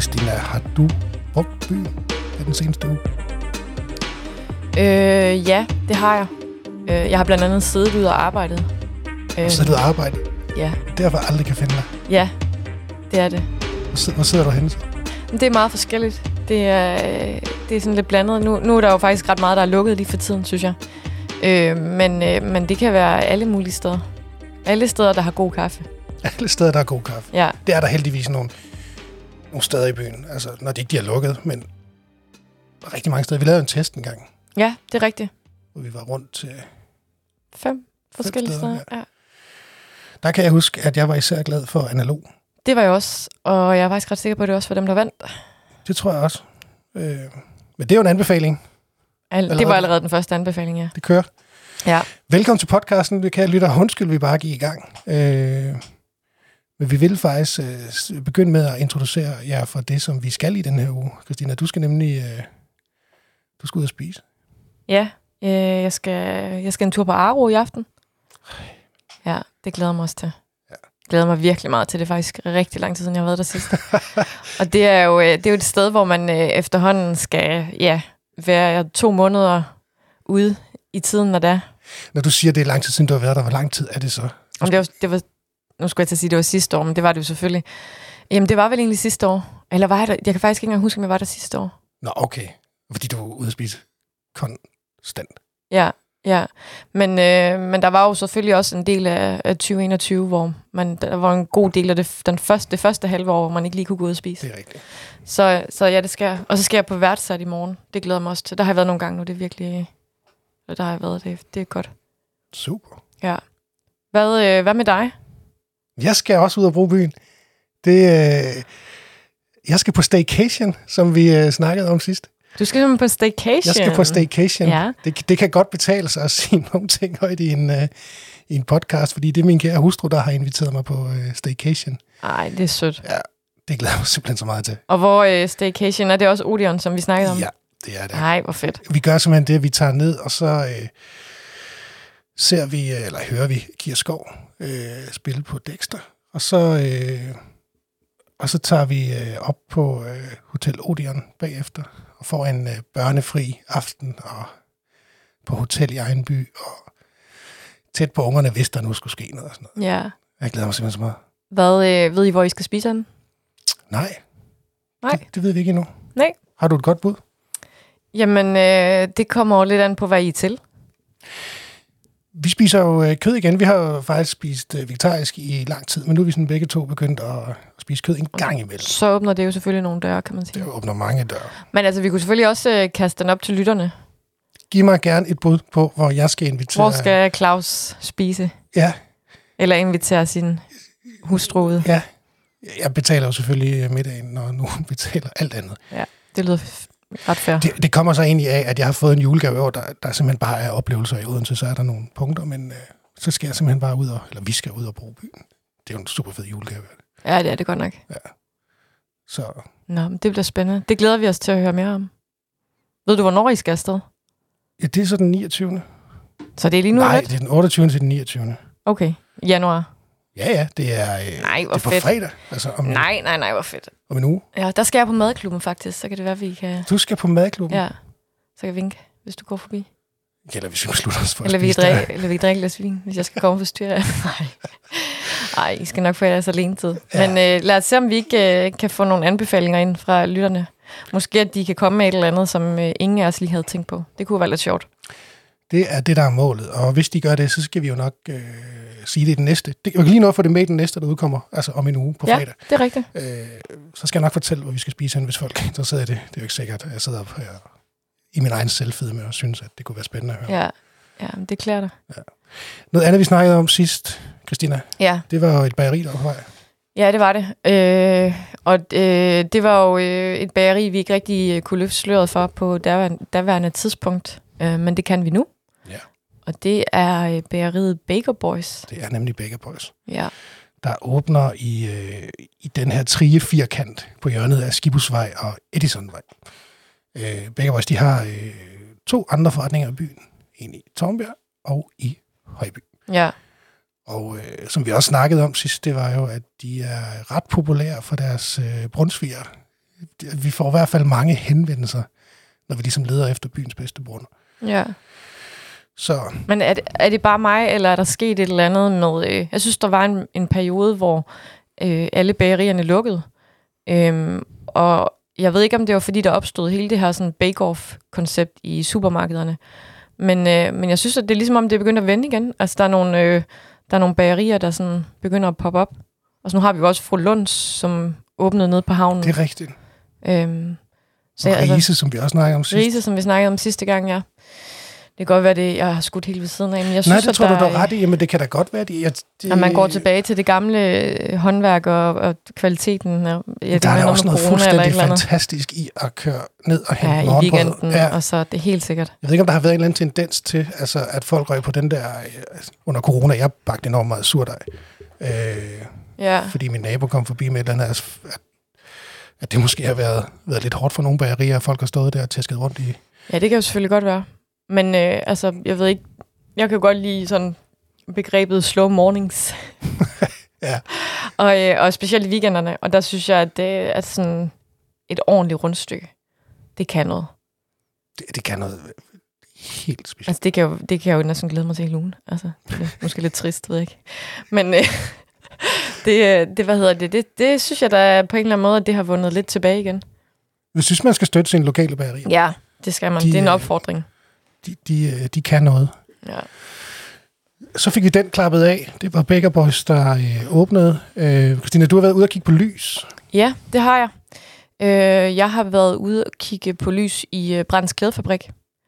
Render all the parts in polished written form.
Christina, har du brugt byen den seneste uge? Ja, det har jeg. Jeg har blandt andet siddet ud og arbejdet. Siddet ud og arbejdet? Ja. Derfor aldrig kan finde dig? Ja, det er det. Hvor sidder du henne? Det er meget forskelligt. Det er sådan lidt blandet. Nu er der jo faktisk ret meget, der er lukket lige for tiden, synes jeg. Men det kan være alle mulige steder. Alle steder, der har god kaffe. Alle steder, der har god kaffe? Ja. Det er der heldigvis nogle steder i byen. Altså, når de ikke er lukket, men rigtig mange steder. Vi lavede en test en gang. Ja, det er rigtigt. Hvor vi var rundt til 5 forskellige steder. Ja. Der kan jeg huske, at jeg var især glad for analog. Det var jeg også, og jeg er faktisk ret sikker på, at det også var dem, der vandt. Det tror jeg også. Men det er jo en anbefaling. Det var allerede den første anbefaling, ja. Det kører. Ja. Velkommen til podcasten. Det kan jeg lytte. Undskyld, vi bare gik i gang. Men vi vil faktisk begynde med at introducere jer for det, som vi skal i den her uge. Christina, du skal nemlig du skal ud og spise. Ja, jeg skal en tur på Aro i aften. Ja, det glæder mig også til. Ja. Glæder mig virkelig meget til. Det er faktisk rigtig lang tid siden, jeg har været der sidst. Og det er jo et sted, hvor man efterhånden skal være 2 måneder ude i tiden, når det er. Når du siger, det er lang tid siden, du har været der, hvor lang tid er det så? Det var, nu skulle jeg til at sige, det var sidste år, men det var det jo selvfølgelig. Jamen, det var vel egentlig sidste år. Eller var jeg der? Jeg kan faktisk ikke engang huske, om jeg var der sidste år. Nå, okay. Fordi du var ude at spise konstant. Ja. Men der var jo selvfølgelig også en del af 2021, hvor der var en god del af det første halve år, hvor man ikke lige kunne gå ud og spise. Det er rigtigt. Så ja, det skal jeg. Og så skal jeg på værtsat i morgen. Det glæder mig også til. Der har jeg været nogle gange nu. Det er virkelig... Der har jeg været. Det er godt. Super. Ja. Hvad med dig? Jeg skal også ud og bruge byen. Jeg skal på staycation, som vi snakkede om sidst. Du skal simpelthen på staycation? Jeg skal på staycation. Ja. Det kan godt betale sig at sige nogle ting højt i en podcast, fordi det er min kære hustru, der har inviteret mig på staycation. Ej, det er sødt. Ja, det glæder mig simpelthen så meget til. Og hvor staycation, er det også Odeon, som vi snakkede om? Ja, det er det. Nej, hvor fedt. Vi gør simpelthen det, at vi tager ned, og så hører vi Kira Skov spille på Dexter. Og så tager vi op på Hotel Odeon bagefter og får en børnefri aften og på hotel i egen by og tæt på ungerne, hvis der nu skulle ske noget og sådan noget. Ja. Jeg glæder mig simpelthen så meget. Ved I, hvor I skal spise den? Nej. Det ved vi ikke endnu. Nej. Har du et godt bud? Jamen, det kommer jo lidt an på, hvad I er til. Vi spiser jo kød igen. Vi har jo faktisk spist vegetarisk i lang tid, men nu er vi sådan begge to begyndt at spise kød en gang imellem. Så åbner det jo selvfølgelig nogle døre, kan man sige. Det åbner mange døre. Men altså, vi kunne selvfølgelig også kaste den op til lytterne. Giv mig gerne et bud på, hvor jeg skal invitere. Hvor skal Claus spise? Ja. Eller invitere sin hustru ud? Ja. Jeg betaler jo selvfølgelig middagen, når nu betaler alt andet. Ja, det lyder ret fair. Det kommer så egentlig af, at jeg har fået en julegave i år, der simpelthen bare er oplevelser i Odense, så er der nogle punkter, men så skal jeg simpelthen bare vi skal ud og bruge byen. Det er jo en super fed julegave. Ja, det er det godt nok. Ja. Så. Nå, men det bliver spændende. Det glæder vi os til at høre mere om. Ved du, hvornår I skal afsted? Ja, det er så den 29. Så det er lige nu? Nej, det er den 28. til den 29. Okay, januar. Ja, det er, nej, hvor det er på fedt. fredag. Altså Nej, hvor fedt. Om en uge? Ja, der skal jeg på madklubben faktisk, så kan det være, vi kan... Du skal på madklubben? Ja, så kan jeg vinke, hvis du går forbi. Eller hvis vi beslutter os for eller vi drikker lidt svin, hvis jeg skal komme og forstyrre. Nej, I skal nok få jeres alene tid. Ja. Men lad os se, om vi ikke kan få nogle anbefalinger ind fra lytterne. Måske at de kan komme med et eller andet, som ingen af os lige havde tænkt på. Det kunne være lidt sjovt. Det er det, der er målet. Og hvis de gør det, så skal vi jo nok sige det i den næste. Jeg kan lige nå at få det med i den næste, der udkommer, altså om en uge på fredag. Ja, det er rigtigt. Så skal jeg nok fortælle, hvor vi skal spise hen, hvis folk er interesseret i det. Det er jo ikke sikkert, at jeg sidder op her i min egen selvfede med og synes, at det kunne være spændende at høre. Ja, det klæder dig. Ja. Noget andet, vi snakkede om sidst, Christina, det var jo et bageri, der var på vej. Ja, det var det. Det var jo et bageri, vi ikke rigtig kunne løfte sløret for på daværende tidspunkt. Men det kan vi nu. Ja. Og det er bageriet Baker Boys. Det er nemlig Baker Boys. Ja. Der åbner i den her trige-firkant på hjørnet af Skibhusvej og Edisonvej. Baker Boys, de har 2 andre forretninger i byen. En i Tornbjerg og i Højby. Ja. Og som vi også snakkede om sidst, det var jo, at de er ret populære for deres brunsviger Vi får i hvert fald mange henvendelser, når vi ligesom leder efter byens bedste brunner. Ja. Så. Men er det bare mig, eller er der sket et eller andet med... jeg synes, der var en periode, hvor alle bagerierne lukkede. Og jeg ved ikke, om det var, fordi der opstod hele det her sådan bake-off-koncept i supermarkederne. Men jeg synes, at det er ligesom, om det er begyndt at vende igen. Altså, der er nogle bagerier, der sådan begynder at poppe op. Og så nu har vi jo også Fru Lunds, som åbnede nede på havnen. Det er rigtigt. Så Rise, som vi også snakkede om sidst. Rise, som vi snakkede om sidste gang, ja. Det kan godt være det, jeg har skudt helt ved siden af. Men jeg synes, det at tror du dog ret i. Jamen, det kan da godt være det. At man går tilbage til det gamle håndværk og kvaliteten. Og, der er også noget fuldstændig fantastisk i at køre ned og hente morgenbrød. I weekenden, og så det er helt sikkert. Jeg ved ikke, om der har været en eller anden tendens til, altså, at folk røg på den der, under corona, jeg bagte enormt meget surdej. Fordi min nabo kom forbi med et eller andet, at det måske har været lidt hårdt for nogle bagerier, at folk har stået der og tæsket rundt i. Ja, det kan jo selvfølgelig godt være. Men altså, jeg ved ikke, jeg kan godt lide sådan begrebet slow mornings. Ja. og specielt i weekenderne. Og der synes jeg, at det er sådan et ordentligt rundstykke. Det kan noget. Det kan noget helt specielt. Altså, det kan jeg jo næsten glæde mig til hele ugen. Altså, det er måske lidt trist, ved jeg ikke. Men det synes jeg, der på en eller anden måde, at det har vundet lidt tilbage igen. Jeg synes, man skal støtte sine lokale bagerier. Ja, det skal man. Det er en opfordring. De kan noget. Ja. Så fik vi den klappet af. Det var Baker Boys, der åbnede. Christina, du har været ude og kigge på lys. Ja, det har jeg. Jeg har været ude og kigge på lys i Brands Klædefabrik.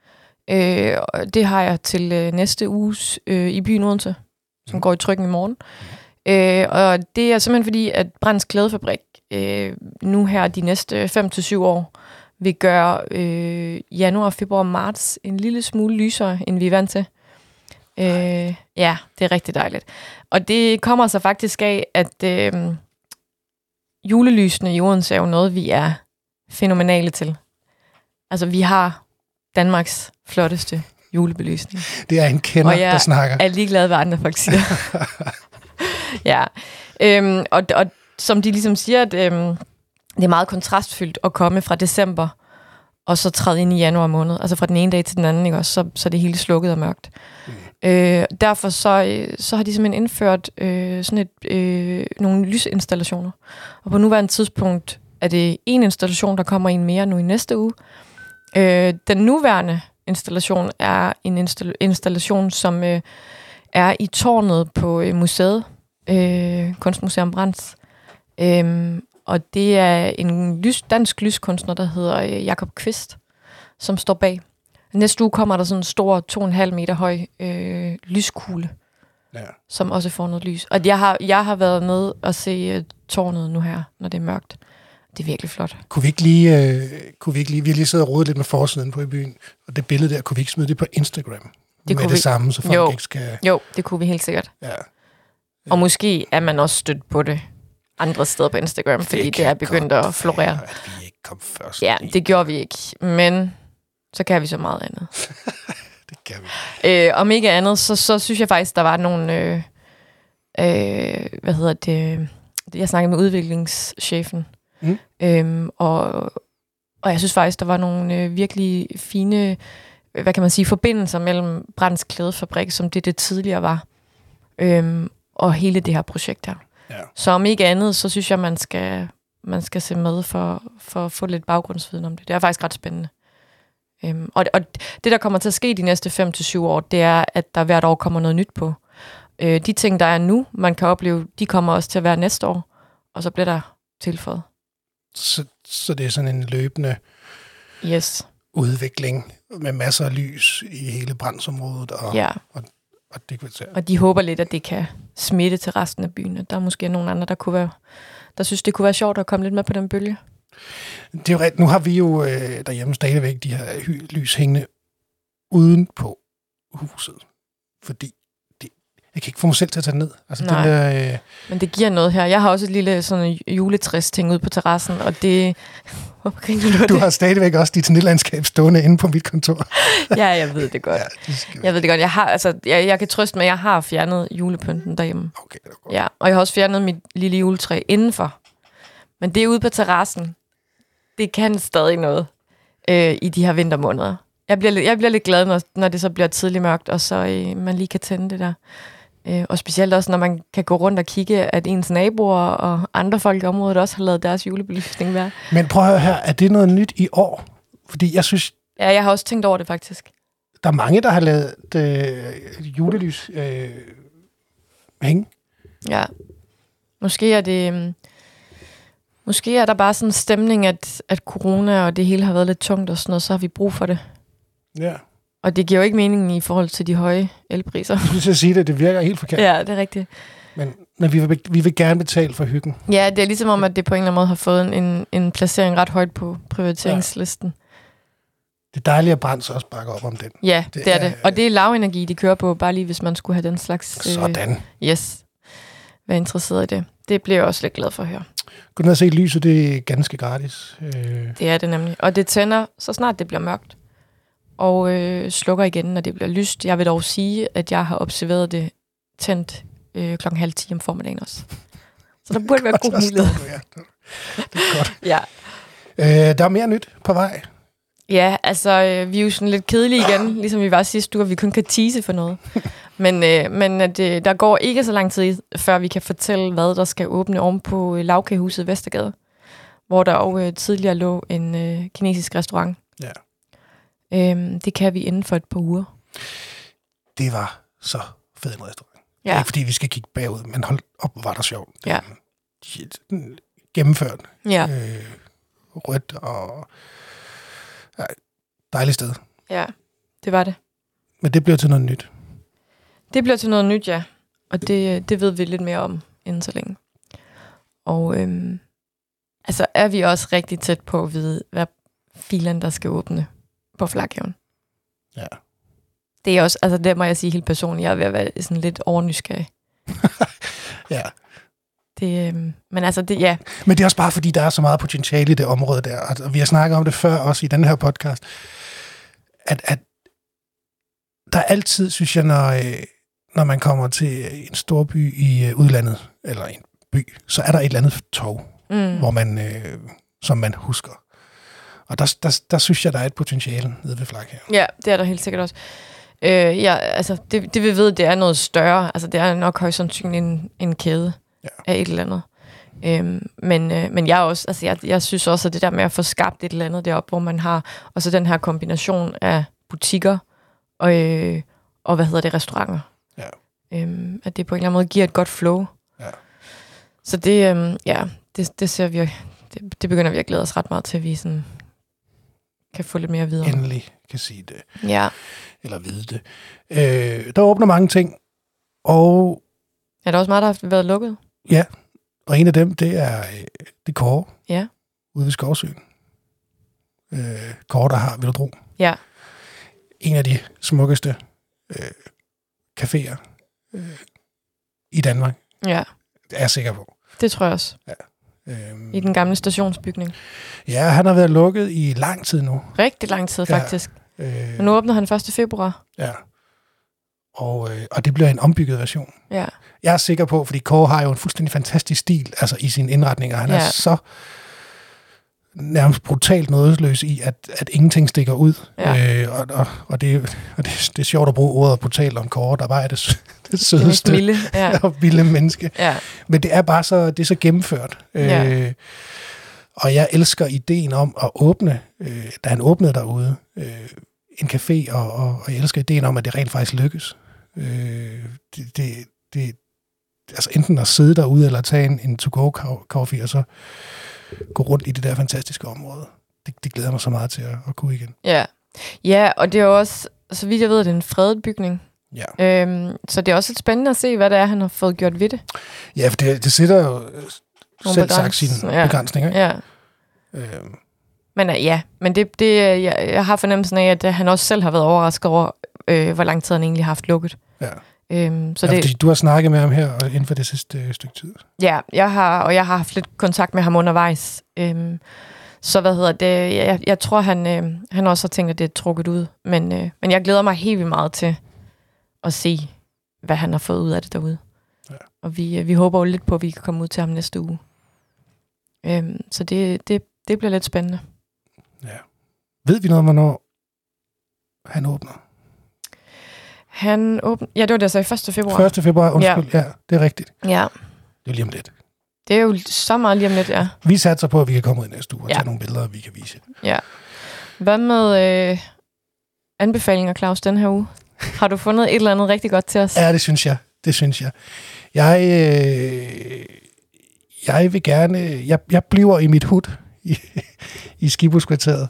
Det har jeg til næste uges i byen Odense, som går i trykken i morgen. Og det er simpelthen fordi, at Brands Klædefabrik nu her de næste 5-7 år vil gøre januar, februar og marts en lille smule lysere, end vi er vant til. Ja, det er rigtig dejligt. Og det kommer så faktisk af, at julelysene i Odense er jo noget, vi er fænomenale til. Altså, vi har Danmarks flotteste julebelysning. Det er en kender, der snakker. Og jeg er ligeglad, hvad andre folk siger. Ja. Og som de ligesom siger, at det er meget kontrastfyldt at komme fra december, og så træde ind i januar måned. Altså fra den ene dag til den anden, ikke også? Så det hele slukket og mørkt. Derfor så har de simpelthen indført nogle lysinstallationer. Og på nuværende tidspunkt er det en installation, der kommer en mere nu i næste uge. Den nuværende installation er en installation, som er i tårnet på museet, Kunstmuseum Brands. Og det er en dansk lyskunstner, der hedder Jakob Kvist, som står bag. Næste uge kommer der sådan en stor 2,5 meter høj lyskugle, som også får noget lys. Og jeg har været nede og se tårnet nu her, når det er mørkt. Det er virkelig flot. Kunne vi ikke lige vi har lige siddet og rodet lidt med forsiden på i byen, og det billede der, kunne vi ikke smide det på Instagram? Det samme, så folk ikke skal... Jo, det kunne vi helt sikkert. Ja. Og måske er man også stødt på det andre steder på Instagram, fordi det er begyndt at florere. At vi ikke kom først. Ja, det gjorde vi ikke. Men så kan vi så meget andet. Det kan vi. Om ikke andet, så synes jeg faktisk, der var nogle... Jeg snakkede med udviklingschefen. Og jeg synes faktisk, der var nogle virkelig fine, hvad kan man sige, forbindelser mellem Brands Klædefabrik, som det tidligere var, og hele det her projekt her. Ja. Så om ikke andet, så synes jeg, man skal se med for at få lidt baggrundsviden om det. Det er faktisk ret spændende. Og det, der kommer til at ske de næste 5-7 år, det er, at der hvert år kommer noget nyt på. De ting, der er nu, man kan opleve, de kommer også til at være næste år, og så bliver der tilføjet. Så det er sådan en løbende udvikling med masser af lys i hele Brandsområdet. Og det kvarter. Og de håber lidt, at det kan smitte til resten af byen. Der er måske nogle andre, der synes, det kunne være sjovt at komme lidt med på den bølge. Det er jo rigtigt. Nu har vi jo derhjemme stadigvæk de her lys hængende uden på huset. Fordi jeg kan ikke få mig selv til at tage ned. Altså, nej, den men det giver noget her. Jeg har også et lille sådan juletræsting ude på terrassen, og det... Du har stadigvæk også dit snitlandskab stående inde på mit kontor. Ja, jeg ved det godt. Jeg ved det godt. Jeg kan trøste med, at jeg har fjernet julepynten derhjemme. Okay, det er godt. Ja, og jeg har også fjernet mit lille juletræ indenfor. Men det er ude på terrassen. det kan stadig noget i de her vintermåneder. Jeg bliver lidt glad, når det så bliver tidligt mørkt, og så man lige kan tænde det der. Og specielt også, når man kan gå rundt og kigge, at ens naboer og andre folk i området også har lavet deres julebelysning være. Men prøv at høre her, er det noget nyt i år? Fordi jeg synes... Ja, jeg har også tænkt over det, faktisk. Der er mange, der har lavet julelys hænge. Ja. Måske er der bare sådan en stemning, at corona og det hele har været lidt tungt og sådan noget, så har vi brug for det. Ja. Og det giver jo ikke mening i forhold til de høje elpriser. Jeg skulle sige det virker helt forkert. Ja, det er rigtigt. Men vi vil gerne betale for hyggen. Ja, det er ligesom om, at det på en eller anden måde har fået en placering ret højt på prioriteringslisten. Ja. Det er dejligt, at Brands også bakker op om den. Ja, det er det. Og det er lavenergi, de kører på, bare lige hvis man skulle have den slags... Sådan. Yes. Være interesseret i det. Det bliver jeg også lidt glad for at høre. Gå ned og se lyset, det er ganske gratis. Det er det nemlig. Og det tænder, så snart det bliver mørkt. Og slukker igen, når det bliver lyst. Jeg vil dog sige, at jeg har observeret det tændt 9:30 om formiddagen også. Så der burde være god mulighed. Det er godt. Ja. Der er mere nyt på vej. Ja, altså, vi er jo sådan lidt kedelige igen, ligesom vi var sidste uge, at vi kun kan tease for noget. Men der går ikke så lang tid, før vi kan fortælle, hvad der skal åbne oven på Lavkagehuset Vestergade, hvor der jo tidligere lå en kinesisk restaurant. Ja. Det kan vi inden for et par uger. Det var så fed en restaurant. Ja. Ikke fordi vi skal kigge bagud, men hold op, var der sjovt. Ja. Gennemført. Ja. Rødt og... Ja, dejligt sted. Ja, det var det. Men det bliver til noget nyt. Det bliver til noget nyt, ja. Og det ved vi lidt mere om inden så længe. Og altså er vi også rigtig tæt på at vide, hvad filen der skal åbne på Flakhaven. Ja. Det er også, altså det må jeg sige helt personligt, jeg er ved at være sådan lidt overnysgerrig. Ja. Det, men altså det, ja. Men det er også bare fordi, der er så meget potentiale i det område der. Altså, vi har snakket om det før, også i den her podcast, at der er altid, synes jeg, når man kommer til en stor by i udlandet, eller en by, så er der et eller andet tog, hvor man, som man husker. Og der synes jeg, der er et potentiale nede ved Flakhaven. Ja, det er der helt sikkert også. Ja, altså det vi ved, det er noget større. Altså det er nok højst sandsynligt en kæde af et eller andet. Men jeg også, altså jeg synes også, at det der med at få skabt et eller andet deroppe, hvor man har også den her kombination af butikker og restauranter. Ja. At det på en eller anden måde giver et godt flow. Ja. Så det ser vi, det begynder vi at glæde os ret meget til, at vi sådan kan få lidt mere videre. Endelig kan sige det. Ja. Eller vide det. Der åbner mange ting, og... Er der også meget, der har været lukket? Ja, og en af dem, det er Kåre. Ja. Ude ved Skovsøen. Kåre, der har Velodrom. Ja. En af de smukkeste caféer i Danmark. Ja. Det er jeg sikker på. Det tror jeg også. Ja. I den gamle stationsbygning. Ja, han har været lukket i lang tid nu. Rigtig lang tid, faktisk. Men nu åbner han 1. februar. Ja. Og det bliver en ombygget version. Ja. Jeg er sikker på, fordi Kåre har jo en fuldstændig fantastisk stil, altså i sine indretninger. Han er så nærmest brutalt nådesløs i, at ingenting stikker ud. Ja. Og det er sjovt at bruge ordet brutalt om Kåre, der bare er det sødeste og vilde menneske. Ja. Men det er bare så gennemført. Ja. Og jeg elsker ideen om at åbne, da han åbnede derude, en café, og jeg elsker ideen om, at det rent faktisk lykkes. Altså enten at sidde derude, eller tage en to-go-coffee, og så gå rundt i det der fantastiske område. Det glæder mig så meget til at kunne igen. Ja, og det er også, så vidt jeg ved, det er en fredet bygning. Ja. Så det er også lidt spændende at se, hvad det er, han har fået gjort ved det. Ja, for det sætter jo selv sagt sine begrænsninger. Ja. Men jeg har fornemmelsen af, at han også selv har været overrasket over, hvor lang tid han egentlig har haft lukket. Ja. Fordi du har snakket med ham her inden for det sidste stykke tid. Ja, jeg har haft lidt kontakt med ham undervejs. Så jeg tror, han også har tænkt, at det er trukket ud. Men jeg glæder mig helt vildt meget til at se, hvad han har fået ud af det derude. Ja. Og vi håber jo lidt på, at vi kan komme ud til ham næste uge. Så det Det bliver lidt spændende. Ja. Ved vi noget om, hvornår han åbner? Han åbner... Ja, det var det så i 1. februar. 1. februar, undskyld. Ja, det er rigtigt. Ja. Det er lige om lidt. Det er jo så meget lige om lidt, ja. Vi satser på, at vi kan komme ud i næste uge og tage nogle billeder, vi kan vise. Ja. Hvad med anbefalinger, Claus, den her uge? Har du fundet et eller andet rigtig godt til os? Ja, det synes jeg. Jeg vil gerne... Jeg bliver i mit hud i Skibuskvarteret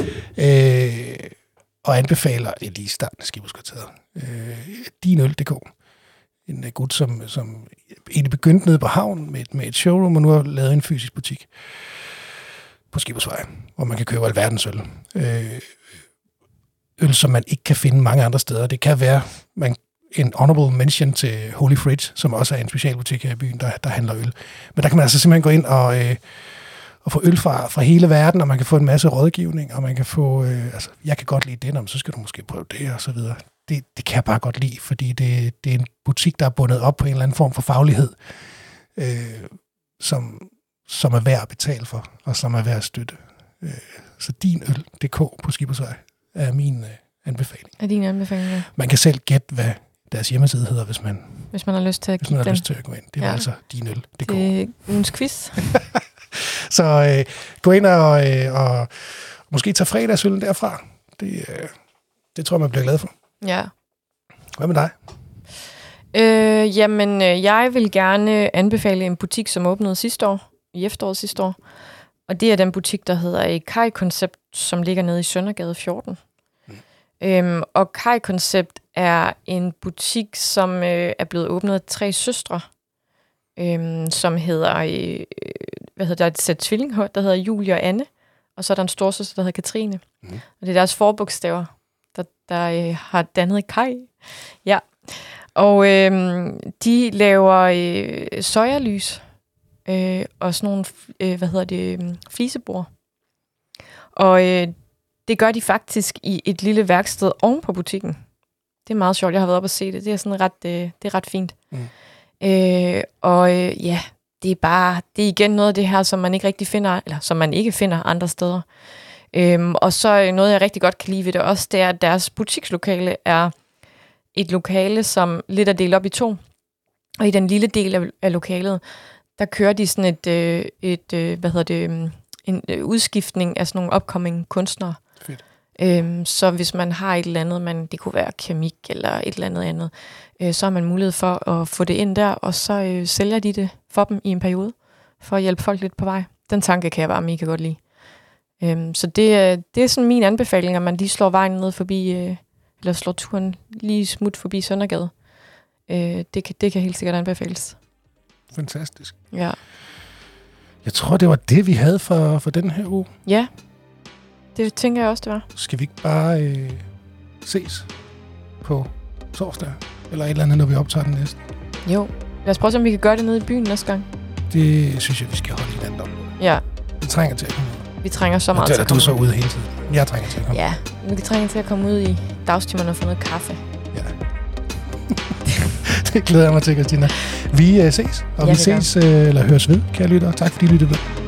og anbefaler, det er lige starten af Skibuskvarteret, dinøl.dk. En gut, som egentlig begyndte nede på havn med et showroom, og nu har lavet en fysisk butik på Skibusvej, hvor man kan købe alverdens øl. Øl, som man ikke kan finde mange andre steder. Det kan være en honorable mention til Holy Fridge, som også er en specialbutik her i byen, der handler øl. Men der kan man altså simpelthen gå ind og få øl fra hele verden, og man kan få en masse rådgivning, og man kan få... jeg kan godt lide det, så skal du måske prøve det, og så videre. Det kan jeg bare godt lide, fordi det er en butik, der er bundet op på en eller anden form for faglighed, som er værd at betale for, og som er værd at støtte. Så dinøl.dk på Skibusvej er min anbefaling. Er din anbefaling, ja. Man kan selv gætte, hvad deres hjemmeside hedder, hvis man har lyst til at kigge lyst til at gå ind. Det er altså dinøl.dk. Det er ugens quiz. Så gå ind og måske tage fredagsøllen derfra. Det tror jeg, man bliver glad for. Ja. Hvad med dig? Jeg vil gerne anbefale en butik, som åbnede i efteråret sidste år. Og det er den butik, der hedder Kai Concept, som ligger nede i Søndergade 14. Og Kai Concept er en butik, som er blevet åbnet af 3 søstre, som hedder, der er et sæt tvillinger, der hedder Julie og Anne, og så er der en storsøster, der hedder Katrine. Og det er deres forbogstaver, der har dannet Kai. Ja. Og de laver sojalys og sådan nogle, flisebord. Og det gør de faktisk i et lille værksted oven på butikken. Det er meget sjovt, jeg har været op og se det. Det er sådan det er ret fint. Det er igen noget af det her, som man ikke rigtig finder, eller som man ikke finder andre steder. Og så noget, jeg rigtig godt kan lide ved det også, det er, at deres butikslokale er et lokale, som lidt er delt op i 2. Og i den lille del af lokalet, der kører de sådan en udskiftning af sådan nogle upcoming kunstnere. Fedt. Så hvis man har et eller andet, det kunne være keramik eller et eller andet, så har man mulighed for at få det ind der, og så sælger de det for dem i en periode, for at hjælpe folk lidt på vej. Den tanke kan jeg bare mega godt lide. Så det er sådan min anbefaling, at man lige slår vejen ned forbi, eller slår turen lige smut forbi Søndergade. Det kan helt sikkert anbefales. Fantastisk. Ja. Jeg tror, det var det, vi havde for den her uge. Ja, det tænker jeg også, det var. Skal vi ikke bare ses på torsdag, eller et eller andet, når vi optager den næste? Jo. Lad os prøve, om vi kan gøre det nede i byen næste gang. Det synes jeg, vi skal holde hinanden om. Ja. Vi trænger til at komme ud. Vi trænger så meget til at komme ud. Du er så ude hele tiden. Jeg trænger til at komme ud. Ja, vi trænger til at komme ud i dagstimerne og få noget kaffe. Ja. Det glæder jeg mig til, Christina. Vi ses, og vi ses, eller høres ved, kære lyttere. Tak fordi I lyttede med.